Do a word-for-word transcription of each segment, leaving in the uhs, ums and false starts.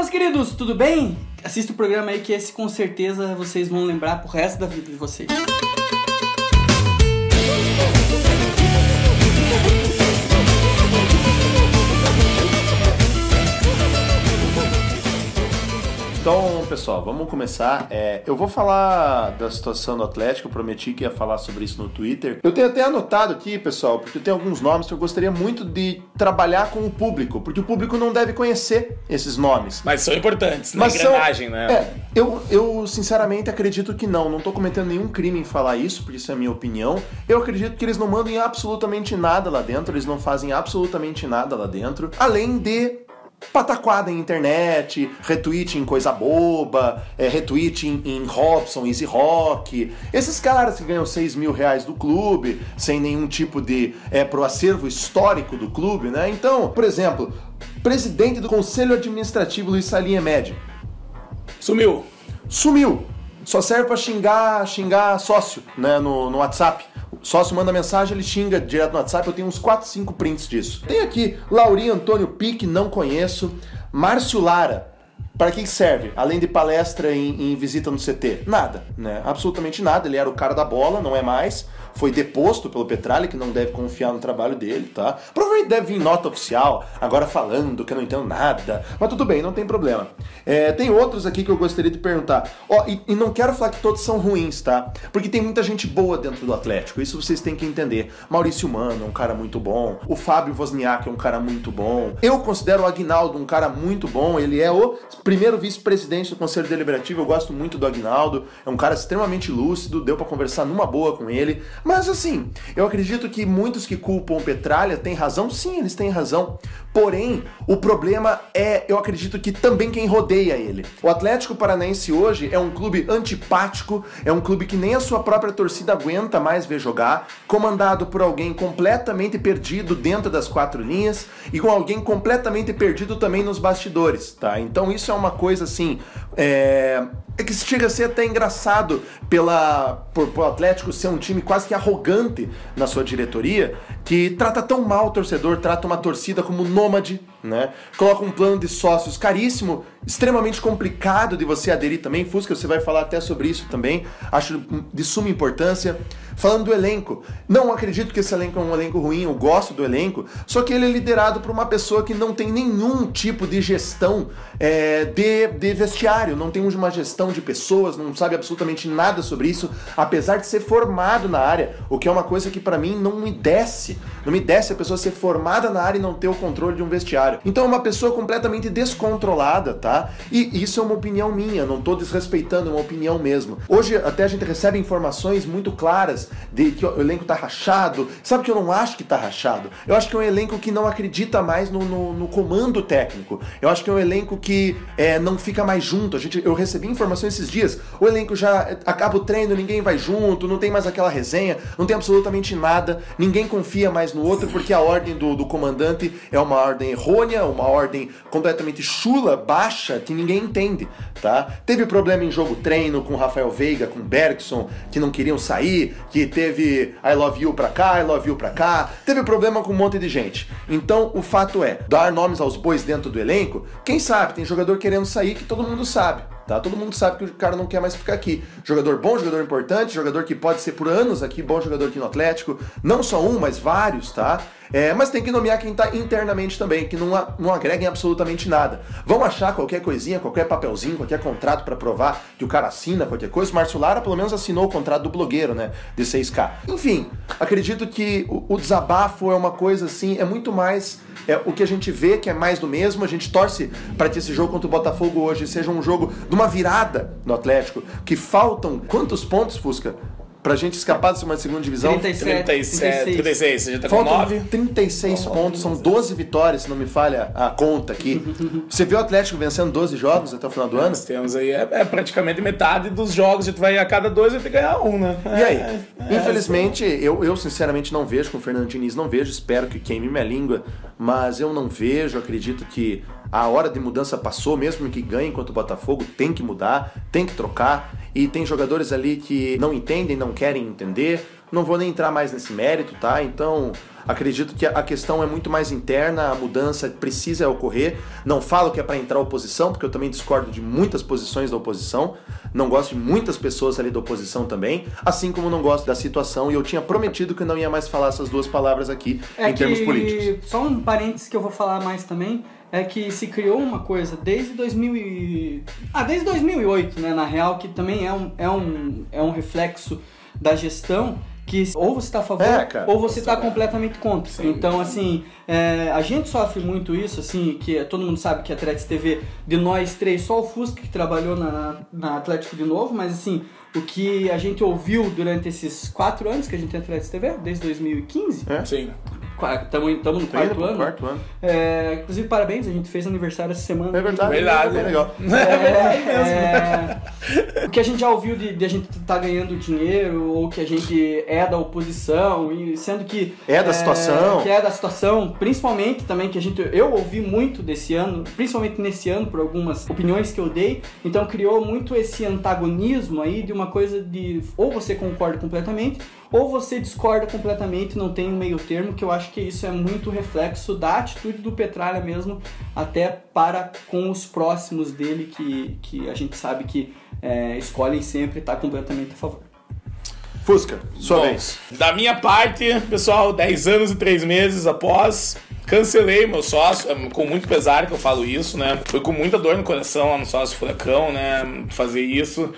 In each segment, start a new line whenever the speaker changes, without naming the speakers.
meus queridos, tudo bem? Assista o programa aí que esse com certeza vocês vão lembrar pro resto da vida de vocês.
Então, pessoal, vamos começar. É, eu vou falar da situação do Atlético, eu prometi que ia falar sobre isso no Twitter. Eu tenho até anotado aqui, pessoal, porque tem alguns nomes que eu gostaria muito de trabalhar com o público, porque o público não deve conhecer esses nomes.
Mas são importantes na engrenagem, são, né?
É, eu, eu, sinceramente, acredito que não. Não estou cometendo nenhum crime em falar isso, porque isso é a minha opinião. Eu acredito que eles não mandam absolutamente nada lá dentro, eles não fazem absolutamente nada lá dentro, além de pataquada em internet, retweet em coisa boba, é, retweet em, em Robson, Easy Rock. Esses caras que ganham seis mil reais do clube, sem nenhum tipo de... É, pro acervo histórico do clube, né? Então, por exemplo, presidente do Conselho Administrativo, Luiz Salinha Med.
Sumiu.
Sumiu. Só serve pra xingar, xingar sócio, né, no, no WhatsApp. O sócio manda mensagem, ele xinga direto no WhatsApp, eu tenho uns quatro, cinco prints disso. Tem aqui Laurinho Antônio Pique, não conheço. Márcio Lara, para que serve? Além de palestra em, em visita no C T? Nada, né? Absolutamente nada, ele era o cara da bola, não é mais. Foi deposto pelo Petralha, que não deve confiar no trabalho dele, tá? Provavelmente deve vir nota oficial, agora falando que eu não entendo nada. Mas tudo bem, não tem problema. É, tem outros aqui que eu gostaria de perguntar. Ó, e, e não quero falar que todos são ruins, tá? Porque tem muita gente boa dentro do Atlético, isso vocês têm que entender. Maurício Mano é um cara muito bom. O Fábio Wozniak é um cara muito bom. Eu considero o Aguinaldo um cara muito bom. Ele é o primeiro vice-presidente do Conselho Deliberativo. Eu gosto muito do Aguinaldo. É um cara extremamente lúcido, deu pra conversar numa boa com ele. Mas assim, eu acredito que muitos que culpam o Petralha têm razão, sim, eles têm razão. Porém, o problema é, eu acredito que também quem rodeia ele. O Atlético Paranaense hoje é um clube antipático, é um clube que nem a sua própria torcida aguenta mais ver jogar, comandado por alguém completamente perdido dentro das quatro linhas e com alguém completamente perdido também nos bastidores, tá? Então isso é uma coisa assim, é... é que chega a ser até engraçado pela, por, por Atlético ser um time quase que arrogante na sua diretoria, que trata tão mal o torcedor, trata uma torcida como nômade, né? Coloca um plano de sócios caríssimo, extremamente complicado de você aderir também. Fusca, você vai falar até sobre isso também, acho de suma importância. Falando do elenco, não acredito que esse elenco é um elenco ruim, eu gosto do elenco, só que ele é liderado por uma pessoa que não tem nenhum tipo de gestão é, de, de vestiário, não tem uma gestão de pessoas, não sabe absolutamente nada sobre isso, apesar de ser formado na área, o que é uma coisa que pra mim não me desce, não me desce a pessoa ser formada na área e não ter o controle de um vestiário. Então é uma pessoa completamente descontrolada, tá? E isso é uma opinião minha, não tô desrespeitando, é uma opinião mesmo. Hoje até a gente recebe informações muito claras de que o elenco tá rachado. Sabe que eu não acho que tá rachado? Eu acho que é um elenco que não acredita mais no, no, no comando técnico. Eu acho que é um elenco que é, não fica mais junto. A gente, eu recebi informações esses dias, o elenco já acaba o treino, ninguém vai junto, não tem mais aquela resenha, não tem absolutamente nada, ninguém confia mais no outro porque a ordem do, do comandante é uma ordem errônea, uma ordem completamente chula, baixa, que ninguém entende, tá? Teve problema em jogo treino com Rafael Veiga, com Bergson, que não queriam sair, que teve I love you pra cá, I love you pra cá, teve problema com um monte de gente. Então, o fato é, dar nomes aos bois dentro do elenco, quem sabe, tem jogador querendo sair que todo mundo sabe. Tá? Todo mundo sabe que o cara não quer mais ficar aqui. Jogador bom, jogador importante, jogador que pode ser por anos aqui, bom jogador aqui no Atlético. Não só um, mas vários, tá? É, mas tem que nomear quem tá internamente também, que não, não agrega em absolutamente nada. Vão achar qualquer coisinha, qualquer papelzinho, qualquer contrato pra provar que o cara assina qualquer coisa. O Márcio Lara pelo menos assinou o contrato do blogueiro, né? De seis K. Enfim, acredito que o, o desabafo é uma coisa assim, é muito mais... É o que a gente vê que é mais do mesmo. A gente torce para que esse jogo contra o Botafogo hoje seja um jogo de uma virada no Atlético, que faltam quantos pontos, Fusca? Pra gente escapar de uma segunda divisão?
trinta e sete,
trinta e sete, trinta e seis, você já tá com
Faltam
nove?
trinta e seis pontos, são doze vitórias, se não me falha a conta aqui. Você viu o Atlético vencendo doze jogos até o final do ano?
Nós temos aí, é, é praticamente metade dos jogos, a gente vai a cada dois vai ter que ganhar um, né?
E aí?
É, é,
Infelizmente, é, eu, eu sinceramente não vejo com o Fernando Diniz, não vejo, espero que queime minha língua, mas eu não vejo, acredito que a hora de mudança passou, mesmo que ganhe contra o Botafogo, tem que mudar, tem que trocar, e tem jogadores ali que não entendem, não querem entender, não vou nem entrar mais nesse mérito, tá? Então, Acredito que a questão é muito mais interna, a mudança precisa ocorrer. Não falo que é para entrar a oposição, porque eu também discordo de muitas posições da oposição. Não gosto de muitas pessoas ali da oposição também, assim como não gosto da situação, e eu tinha prometido que não ia mais falar essas duas palavras aqui
é
em termos
que,
políticos.
Só um parênteses que eu vou falar mais também, é que se criou uma coisa desde dois mil e... Ah, desde dois mil e oito, né, na real, que também é um, é um, é um reflexo da gestão, que ou você está a favor
é, cara,
ou você está completamente contra.
Sim.
Então, assim, é, a gente sofre muito isso, assim, que todo mundo sabe que a Atlético T V, de nós três, só o Fusca que trabalhou na, na Atlético de novo, mas assim, o que a gente ouviu durante esses quatro anos que a gente tem Atlético T V, desde dois mil e quinze,
É?
Sim.
estamos no quarto ano.
quarto ano.
É, inclusive, parabéns, a gente fez aniversário essa semana.
É verdade.
Verdade.
É legal.
É verdade mesmo. É, o que a gente já ouviu de, de a gente estar tá ganhando dinheiro, ou que a gente é da oposição, e sendo que...
É da situação.
Que é da situação, principalmente também, que a gente, eu ouvi muito desse ano, principalmente nesse ano, por algumas opiniões que eu dei, então criou muito esse antagonismo aí de uma coisa de ou você concorda completamente, ou você discorda completamente, não tem um meio termo, que eu acho que isso é muito reflexo da atitude do Petralha mesmo, até para com os próximos dele, que, que a gente sabe que é, escolhem sempre estar completamente a favor.
Fusca, sua
Bom,
vez.
Da minha parte, pessoal, dez anos e três meses após, cancelei meu sócio, é com muito pesar que eu falo isso, né? Foi com muita dor no coração lá no sócio Furacão, né? Fazer isso,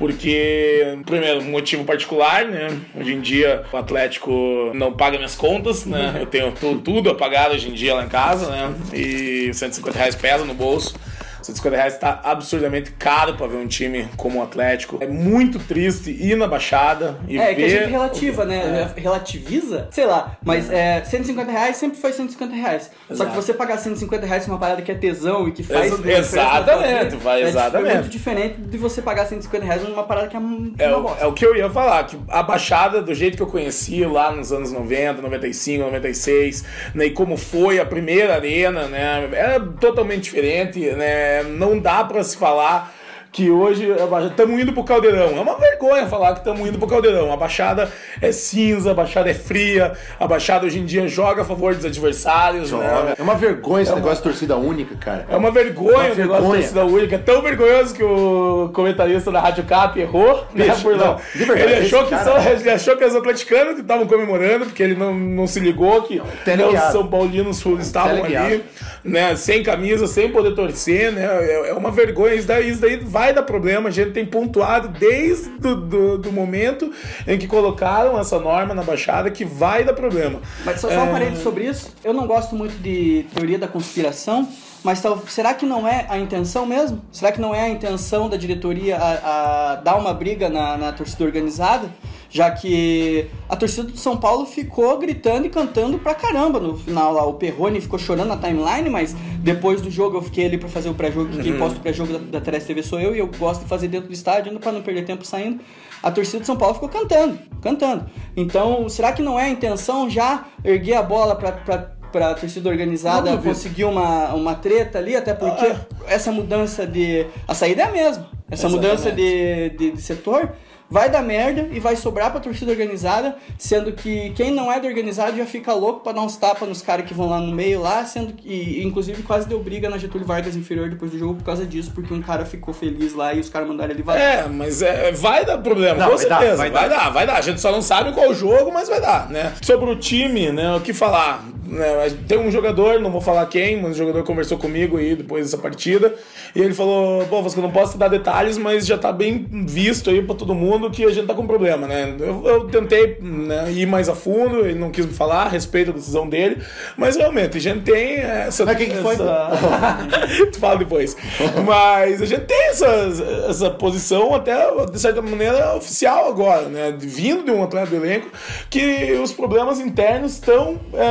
porque, primeiro, motivo particular, né? Hoje em dia o Atlético não paga minhas contas, né? Eu tenho tudo a pagar hoje em dia lá em casa, né? E cento e cinquenta reais pesa no bolso. cento e cinquenta reais tá absurdamente caro pra ver um time como o Atlético. É muito triste ir na Baixada e
é,
ver...
que a gente relativa, né? É. Relativiza, sei lá, mas é, cento e cinquenta reais sempre foi cento e cinquenta reais. Exato. Só que você pagar cento e cinquenta reais por uma parada que é tesão e que faz...
Ex- exatamente, vai
é,
exatamente.
É muito diferente de você pagar cento e cinquenta reais numa parada que é uma
É,
bosta.
é o que eu ia falar, que a Baixada, do jeito que eu conheci lá nos anos noventa, noventa e cinco, noventa e seis, né, e como foi a primeira arena, né, era totalmente diferente, né, não dá pra se falar que hoje estamos indo pro Caldeirão. É uma vergonha falar que estamos indo pro Caldeirão. A Baixada é cinza, a Baixada é fria, a Baixada hoje em dia joga a favor dos adversários. Né?
É uma vergonha esse
é
negócio
uma...
de torcida única, cara.
É uma vergonha
uma
o negócio de torcida única. É tão vergonhoso que o comentarista da Rádio Cap errou. Bicho, né, por não. De verdade, ele, achou que só, ele achou que os atleticanos que estavam comemorando, porque ele não, não se ligou que não, os São Paulinos estavam ali, né, sem camisa, sem poder torcer. Né? É, é uma vergonha. Isso daí, isso daí vai dar problema, a gente tem pontuado desde do, do, do momento em que colocaram essa norma na Baixada que vai dar problema.
Mas só, só um parênteses sobre isso, eu não gosto muito de teoria da conspiração, mas tal, será que não é a intenção mesmo? Será que não é a intenção da diretoria a, a dar uma briga na, na torcida organizada? Já que a torcida do São Paulo ficou gritando e cantando pra caramba no final lá. O Perrone ficou chorando na timeline, mas depois do jogo eu fiquei ali pra fazer o pré-jogo, que quem posta o pré-jogo da, da Terrestre T V sou eu, e eu gosto de fazer dentro do estádio, pra não perder tempo saindo. A torcida do São Paulo ficou cantando, cantando. Então, será que não é a intenção já erguer a bola pra... pra pra torcida organizada conseguir uma, uma treta ali, até porque ah. essa mudança de... A saída é a mesma. Essa Exatamente. mudança de, de, de setor vai dar merda e vai sobrar pra torcida organizada, sendo que quem não é da organizada já fica louco pra dar uns tapas nos caras que vão lá no meio lá, sendo que, e, inclusive, quase deu briga na Getúlio Vargas inferior depois do jogo por causa disso, porque um cara ficou feliz lá e os caras mandaram ele vazar.
É, mas é, vai dar problema, não, com vai certeza. Dar, vai, vai dar. dar, vai dar. A gente só não sabe qual jogo, mas vai dar, né? Sobre o time, né, o que falar? Né, tem um jogador, não vou falar quem, mas o jogador conversou comigo aí depois dessa partida, e ele falou, pô, você não posso te dar detalhes, mas já tá bem visto aí pra todo mundo que a gente tá com problema, né? Eu, eu tentei, né, ir mais a fundo, ele não quis me falar, respeito a decisão dele, mas realmente a gente tem essa...
Mas quem que foi?
Essa... tu fala depois. Mas a gente tem essa, essa posição até, de certa maneira, oficial agora, né? Vindo de um atleta do elenco, que os problemas internos estão é, muito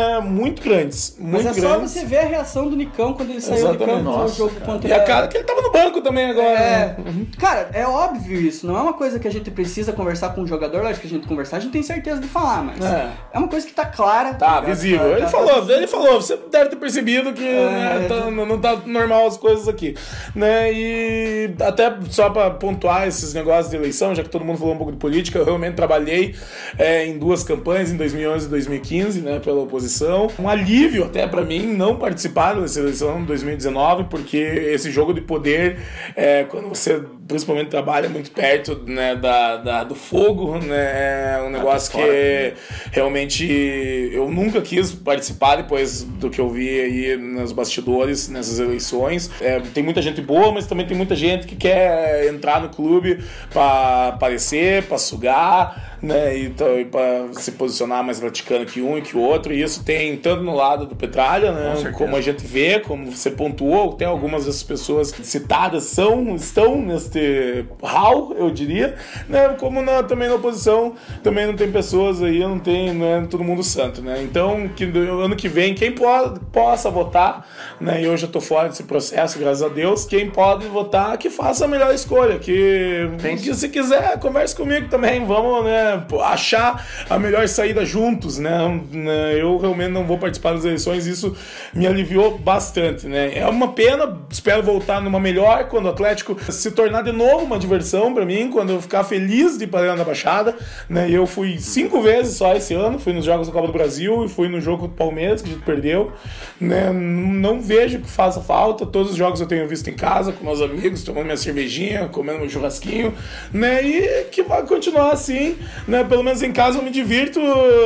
muito grandes. Muito
Mas é
grandes.
só você ver a reação do Nicão quando ele saiu
Exatamente.
de campo
Nossa,
no jogo
cara.
contra
E a cara que ele tava no banco também agora.
É,
né?
cara, é óbvio isso, não é uma coisa que a gente precisa conversar com o jogador, lógico que a gente conversar, a gente tem certeza de falar, mas é,
É.
uma coisa que tá clara.
Tá,
ligado?
visível.
Tá-
Ele
tá-
falou,
tá-
ele falou, você deve ter percebido que né,
É,
tá-
já-
não, não tá normal as coisas aqui. Né? E até só pra pontuar esses negócios de eleição, já que todo mundo falou um pouco de política, eu realmente trabalhei é, em duas campanhas, em dois mil e onze e dois mil e quinze, né, pela oposição. Um alívio até pra mim não participar dessa eleição de dois mil e dezenove, porque esse jogo de poder, é, quando você principalmente trabalha muito perto né, da, da, do fogo, né, é um negócio
fora,
que realmente eu nunca quis participar depois do que eu vi aí nos bastidores, nessas eleições. É, tem muita gente boa, mas também tem muita gente que quer entrar no clube pra aparecer, pra sugar, né, e, e pra se posicionar mais vaticano que um e que o outro, e isso tem tanto no lado do Petralha, né, como a gente vê, como você pontuou, tem algumas dessas pessoas citadas são, estão neste hall, eu diria, né, como na, também na oposição, também não tem pessoas aí, não tem, não é todo mundo santo, né, então que ano que vem, quem pode, possa votar, né, e eu já tô fora desse processo, graças a Deus, quem pode votar, que faça a melhor escolha, que, que se quiser, converse comigo também, vamos, né, achar a melhor saída juntos, né, eu realmente não vou participar das eleições, isso me aliviou bastante, né, é uma pena, espero voltar numa melhor, quando o Atlético se tornar de novo uma diversão pra mim, quando eu ficar feliz de ir para na Baixada, né, eu fui cinco vezes só esse ano, fui nos Jogos da Copa do Brasil e fui no jogo contra o Palmeiras, que a gente perdeu, né, não vejo que faça falta, todos os jogos eu tenho visto em casa, com meus amigos, tomando minha cervejinha, comendo meu churrasquinho, né, e que vai continuar assim, né, pelo menos em casa eu me divirto,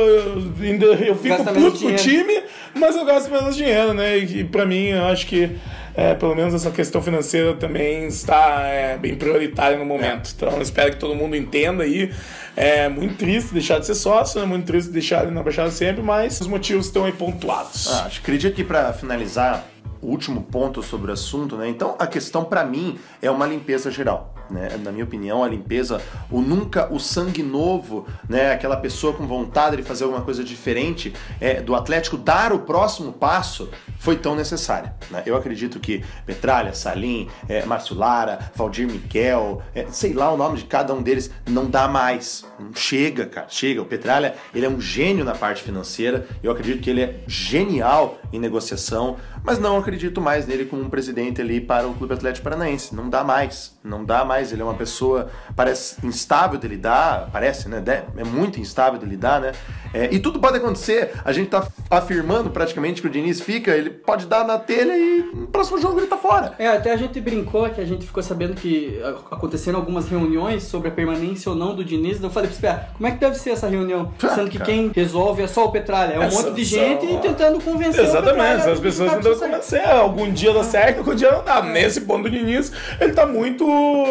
eu fico
Gasta menos
puto com o
dinheiro.
time, mas eu gasto menos dinheiro, né, e pra mim eu acho que é, pelo menos essa questão financeira também está é, bem prioritária no momento. Então eu espero que todo mundo entenda aí. É muito triste deixar de ser sócio, é muito triste deixar de ir na Baixada sempre, mas os motivos estão aí pontuados.
Ah, acho que acredito que para finalizar o último ponto sobre o assunto, né? Então a questão para mim é uma limpeza geral. Né? Na minha opinião, a limpeza, o nunca o sangue novo, né? Aquela pessoa com vontade de fazer alguma coisa diferente, é, do Atlético dar o próximo passo, foi tão necessária. Né? Eu acredito que Petralha, Salim, é, Márcio Lara, Valdir Miquel, é, sei lá o nome de cada um deles, não dá mais. Não chega, cara, chega. O Petralha, ele é um gênio na parte financeira, eu acredito que ele é genial em negociação, mas não acredito mais nele como um presidente ali para o Clube Atlético Paranaense. Não dá mais, não dá mais. Ele é uma pessoa, parece instável de lidar, parece, né? É muito instável de lidar, né? É, e tudo pode acontecer. A gente tá afirmando praticamente que o Diniz fica, ele pode dar na telha e no próximo jogo ele tá fora.
É, até a gente brincou que a gente ficou sabendo que aconteceram algumas reuniões sobre a permanência ou não do Diniz. Eu falei, espera, como é que deve ser essa reunião? Sendo que quem resolve é só o Petralha. É um
Essa
monte de
só-
gente tentando convencer
Exatamente,
o Petralha.
as pessoas
a
tentando convencer. Algum dia dá certo, algum dia não dá. Nesse ponto do Diniz, ele tá muito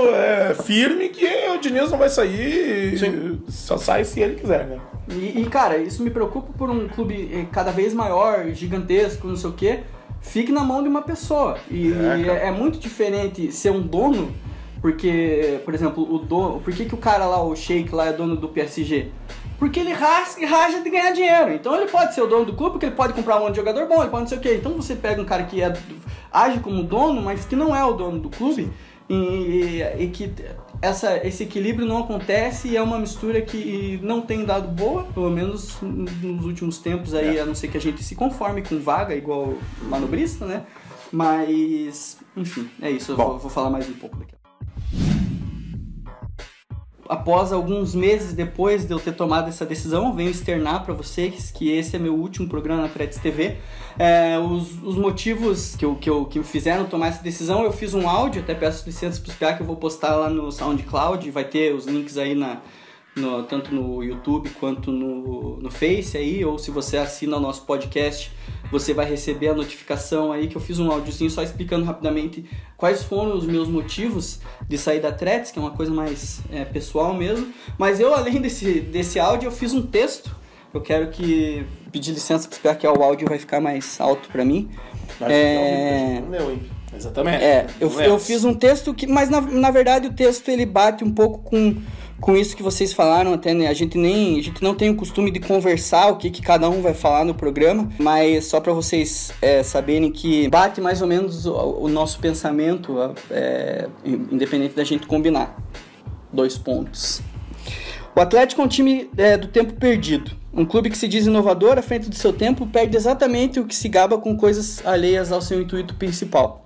é, firme que o Diniz não vai sair,
Sim.
só sai se ele quiser, né?
E, e, cara, isso me preocupa por um clube eh, cada vez maior, gigantesco, não sei o quê, fique na mão de uma pessoa. E
É,
e
cara.
é, é muito diferente ser um dono, porque, por exemplo, o dono. Por que, que o cara lá, o Sheik lá, é dono do P S G? Porque ele rasga e raja de ganhar dinheiro. Então ele pode ser o dono do clube, porque ele pode comprar um monte de jogador bom, ele pode não sei o quê. Então você pega um cara que é, age como dono, mas que não é o dono do clube, e, e que essa, esse equilíbrio não acontece e é uma mistura que não tem dado boa, pelo menos nos últimos tempos aí,
É.
a não ser que a gente se conforme com vaga, igual manobrista, né? Mas, enfim, é isso. Eu
Bom.
vou, vou falar mais um pouco daqui. Após alguns meses depois de eu ter tomado essa decisão, venho externar para vocês que esse é meu último programa na Atletis T V. É, os, os motivos que, eu, que, eu, que me fizeram tomar essa decisão, eu fiz um áudio, até peço licença para explicar, que eu vou postar lá no SoundCloud, vai ter os links aí na, no, tanto no YouTube quanto no, no Face aí, ou se você assina o nosso podcast, você vai receber a notificação aí que eu fiz um áudiozinho só explicando rapidamente quais foram os meus motivos de sair da Atletis, que é uma coisa mais é, pessoal mesmo. Mas eu, além desse, desse áudio, eu fiz um texto. Eu quero que pedir licença para explicar que o áudio vai ficar mais alto para mim.
Acho
É...
que não leu, hein?
Exatamente.
É, eu, eu fiz um texto que, mas na, na verdade o texto ele bate um pouco com, com isso que vocês falaram até, né? A gente nem, a gente não tem o costume de conversar o que, que cada um vai falar no programa, mas só para vocês é, saberem que bate mais ou menos o, o nosso pensamento, é, independente da gente combinar. Dois pontos. O Atlético é um time é, do tempo perdido. Um clube que se diz inovador à frente do seu tempo perde exatamente o que se gaba com coisas alheias ao seu intuito principal.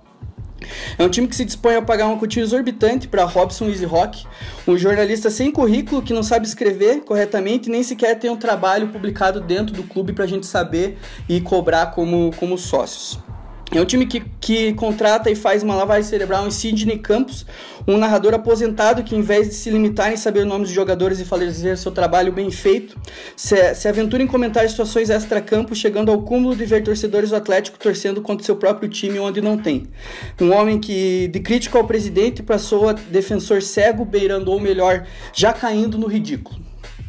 É um time que se dispõe a pagar uma quantia exorbitante para Robson Easy Rock, um jornalista sem currículo que não sabe escrever corretamente e nem sequer tem um trabalho publicado dentro do clube para a gente saber e cobrar como, como sócios. É um time que, que contrata e faz uma lavagem cerebral em Sidney Campos, um narrador aposentado que, em vez de se limitar em saber nomes de jogadores e fazer seu trabalho bem feito, se, se aventura em comentar situações extra-campo, chegando ao cúmulo de ver torcedores do Atlético torcendo contra seu próprio time onde não tem. Um homem que, de crítico ao presidente, passou a defensor cego, beirando, ou melhor, já caindo no ridículo.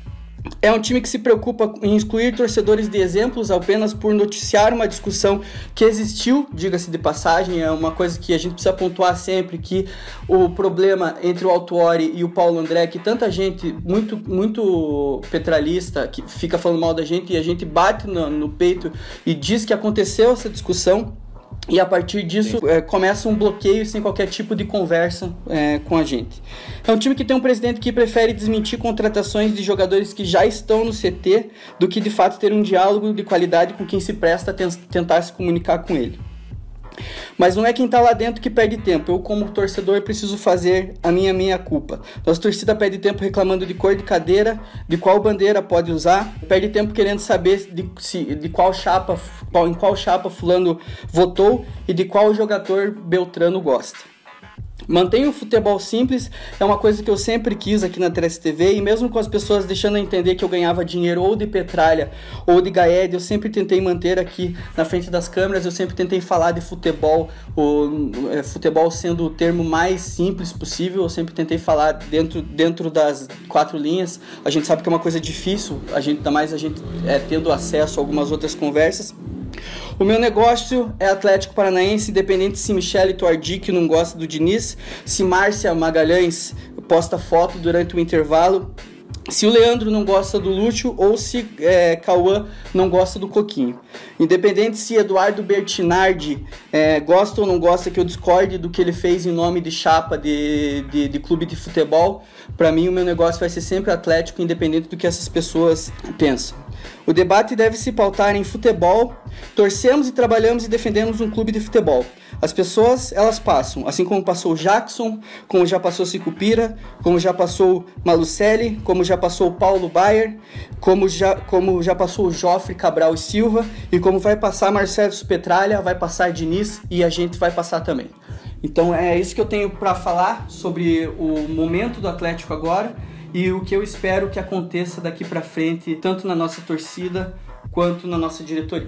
É um time que se preocupa em excluir torcedores de exemplos apenas por noticiar uma discussão que existiu, diga-se de passagem. É uma coisa que a gente precisa pontuar sempre, que o problema entre o Autuori e o Paulo André, que tanta gente muito, muito petralista que fica falando mal da gente e a gente bate no, no peito e diz que aconteceu essa discussão. E a partir disso é, começa um bloqueio sem qualquer tipo de conversa é, com a gente. É um time que tem um presidente que prefere desmentir contratações de jogadores que já estão no C T do que de fato ter um diálogo de qualidade com quem se presta a ten- tentar se comunicar com ele. Mas não é quem tá lá dentro que perde tempo. Eu, como torcedor, preciso fazer a minha meia-culpa. Nossa torcida perde tempo reclamando de cor de cadeira, de qual bandeira pode usar, perde tempo querendo saber de, se, de qual chapa, qual, em qual chapa fulano votou e de qual jogador Beltrano gosta. Mantenha o futebol simples, é uma coisa que eu sempre quis aqui na Trece T V, e mesmo com as pessoas deixando a entender que eu ganhava dinheiro ou de Petralha ou de Gaed, eu sempre tentei manter aqui na frente das câmeras, eu sempre tentei falar de futebol, o, é, futebol sendo o termo mais simples possível, eu sempre tentei falar dentro, dentro das quatro linhas. A gente sabe que é uma coisa difícil, a gente, ainda mais a gente é, tendo acesso a algumas outras conversas. O meu negócio é Atlético Paranaense, independente se Michele Tuardic não gosta do Diniz, se Márcia Magalhães posta foto durante o intervalo, se o Leandro não gosta do Lúcio ou se é, Cauã não gosta do Coquinho. Independente se Eduardo Bertinardi é, gosta ou não gosta que eu discorde do que ele fez em nome de chapa de, de, de clube de futebol, para mim o meu negócio vai ser sempre Atlético, independente do que essas pessoas pensam. O debate deve se pautar em futebol. Torcemos e trabalhamos e defendemos um clube de futebol. As pessoas, elas passam, assim como passou o Jackson, como já passou Sicupira, como já passou Malucelli, como já passou o Paulo Baier, como já, como já passou o Joffre Cabral e Silva, e como vai passar Marcelo Petralha, vai passar Diniz e a gente vai passar também. Então é isso que eu tenho para falar sobre o momento do Atlético agora e o que eu espero que aconteça daqui para frente, tanto na nossa torcida quanto na nossa diretoria.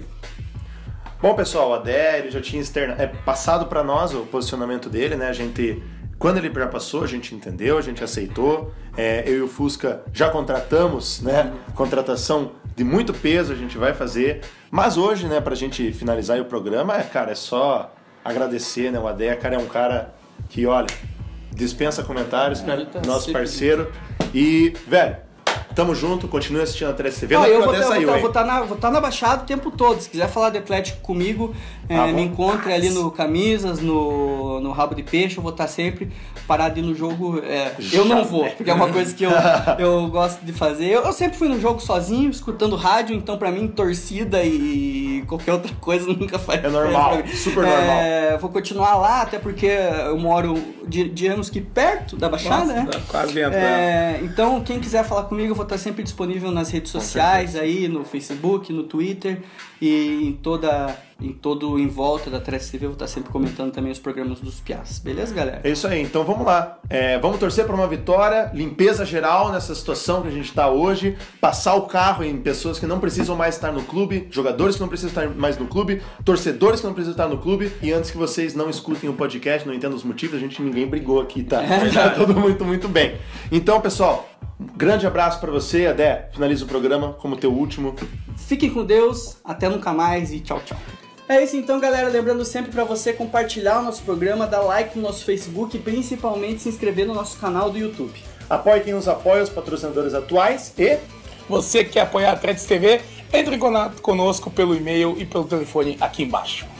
Bom, pessoal, o Adé, ele já tinha externa... é, passado para nós o posicionamento dele, né? A gente, quando ele já passou, a gente entendeu, a gente aceitou. É, eu e o Fusca já contratamos, né? Contratação de muito peso, a gente vai fazer. Mas hoje, né, pra gente finalizar o programa, é, cara, é só agradecer, né? O Adé, cara, é um cara que, olha, dispensa comentários, cara, nosso parceiro. E, velho, tamo junto, continue assistindo a Trece T V.
Não,
Não,
eu vou
estar
tá, tá na, tá na Baixada o tempo todo. Se quiser falar de Atlético comigo, é,
ah,
me encontre ali no Camisas, no, no Rabo de Peixe. Eu vou estar sempre parado no jogo. É, eu não vou, porque é uma coisa que eu, eu gosto de fazer. Eu, eu sempre fui no jogo sozinho, escutando rádio, então pra mim torcida e qualquer outra coisa nunca faz.
É normal, super normal.
É, vou continuar lá, até porque eu moro, digamos que perto da Baixada,
Nossa,
né?
tá quase dentro,
é, então, quem quiser falar comigo, eu vou estar sempre disponível nas redes sociais, aí no Facebook, no Twitter e em toda, em todo em volta da Trece T V, eu vou estar sempre comentando também os programas dos Piás. Beleza, galera?
É isso aí, então vamos lá. É, vamos torcer para uma vitória, limpeza geral nessa situação que a gente está hoje, passar o carro em pessoas que não precisam mais estar no clube, jogadores que não precisam estar mais no clube, torcedores que não precisam estar no clube. E antes que vocês não escutem o podcast, não entendam os motivos, a gente ninguém brigou aqui, tá? Tá tudo muito, muito bem. Então, pessoal, um grande abraço para você, Adé. Finaliza o programa como teu último.
Fiquem com Deus, até nunca mais e tchau, tchau. É isso então, galera, lembrando sempre para você compartilhar o nosso programa, dar like no nosso Facebook e principalmente se inscrever no nosso canal do YouTube.
Apoie quem nos apoia, os patrocinadores atuais e...
Você que quer apoiar a Threads T V, entre em contato conosco pelo e-mail e pelo telefone aqui embaixo.